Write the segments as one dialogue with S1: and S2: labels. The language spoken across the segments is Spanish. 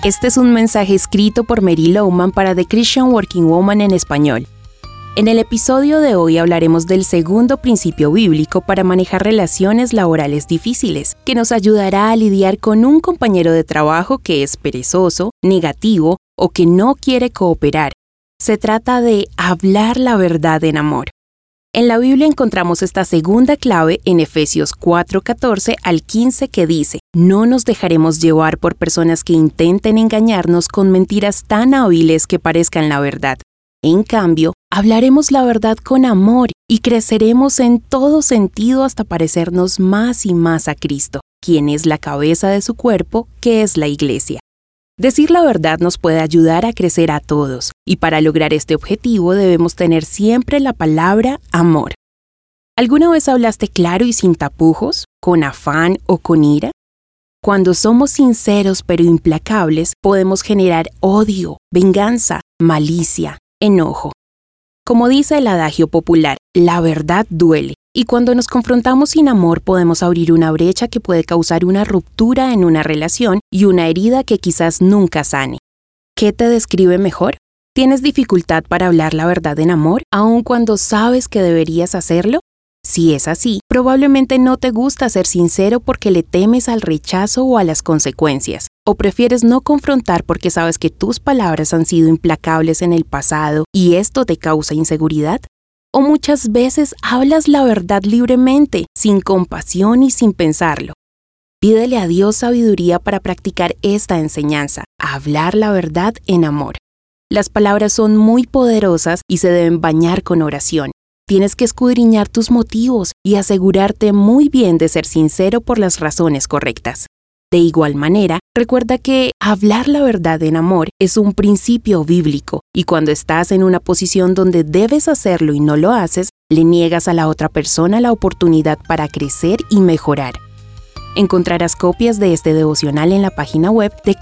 S1: Este es un mensaje escrito por Mary Lowman para The Christian Working Woman en español. En el episodio de hoy hablaremos del segundo principio bíblico para manejar relaciones laborales difíciles, que nos ayudará a lidiar con un compañero de trabajo que es perezoso, negativo o que no quiere cooperar. Se trata de hablar la verdad en amor. En la Biblia encontramos esta segunda clave en Efesios 4:14 al 15 que dice: no nos dejaremos llevar por personas que intenten engañarnos con mentiras tan hábiles que parezcan la verdad. En cambio, hablaremos la verdad con amor y creceremos en todo sentido hasta parecernos más y más a Cristo, quien es la cabeza de su cuerpo, que es la Iglesia. Decir la verdad nos puede ayudar a crecer a todos, y para lograr este objetivo debemos tener siempre la palabra amor. ¿Alguna vez hablaste claro y sin tapujos, con afán o con ira? Cuando somos sinceros pero implacables, podemos generar odio, venganza, malicia, enojo. Como dice el adagio popular, la verdad duele, y cuando nos confrontamos sin amor podemos abrir una brecha que puede causar una ruptura en una relación y una herida que quizás nunca sane. ¿Qué te describe mejor? ¿Tienes dificultad para hablar la verdad en amor, aun cuando sabes que deberías hacerlo? Si es así, probablemente no te gusta ser sincero porque le temes al rechazo o a las consecuencias, o prefieres no confrontar porque sabes que tus palabras han sido implacables en el pasado y esto te causa inseguridad. O muchas veces hablas la verdad libremente, sin compasión y sin pensarlo. Pídele a Dios sabiduría para practicar esta enseñanza, hablar la verdad en amor. Las palabras son muy poderosas y se deben bañar con oración. Tienes que escudriñar tus motivos y asegurarte muy bien de ser sincero por las razones correctas. De igual manera, recuerda que hablar la verdad en amor es un principio bíblico y cuando estás en una posición donde debes hacerlo y no lo haces, le niegas a la otra persona la oportunidad para crecer y mejorar. Encontrarás copias de este devocional en la página web de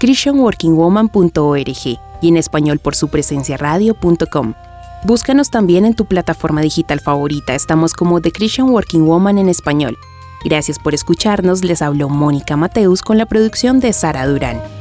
S1: christianworkingwoman.org y en español por supresenciaradio.com. Búscanos también en tu plataforma digital favorita, estamos como The Christian Working Woman en español. Gracias por escucharnos, les habló Mónica Mateus con la producción de Sara Durán.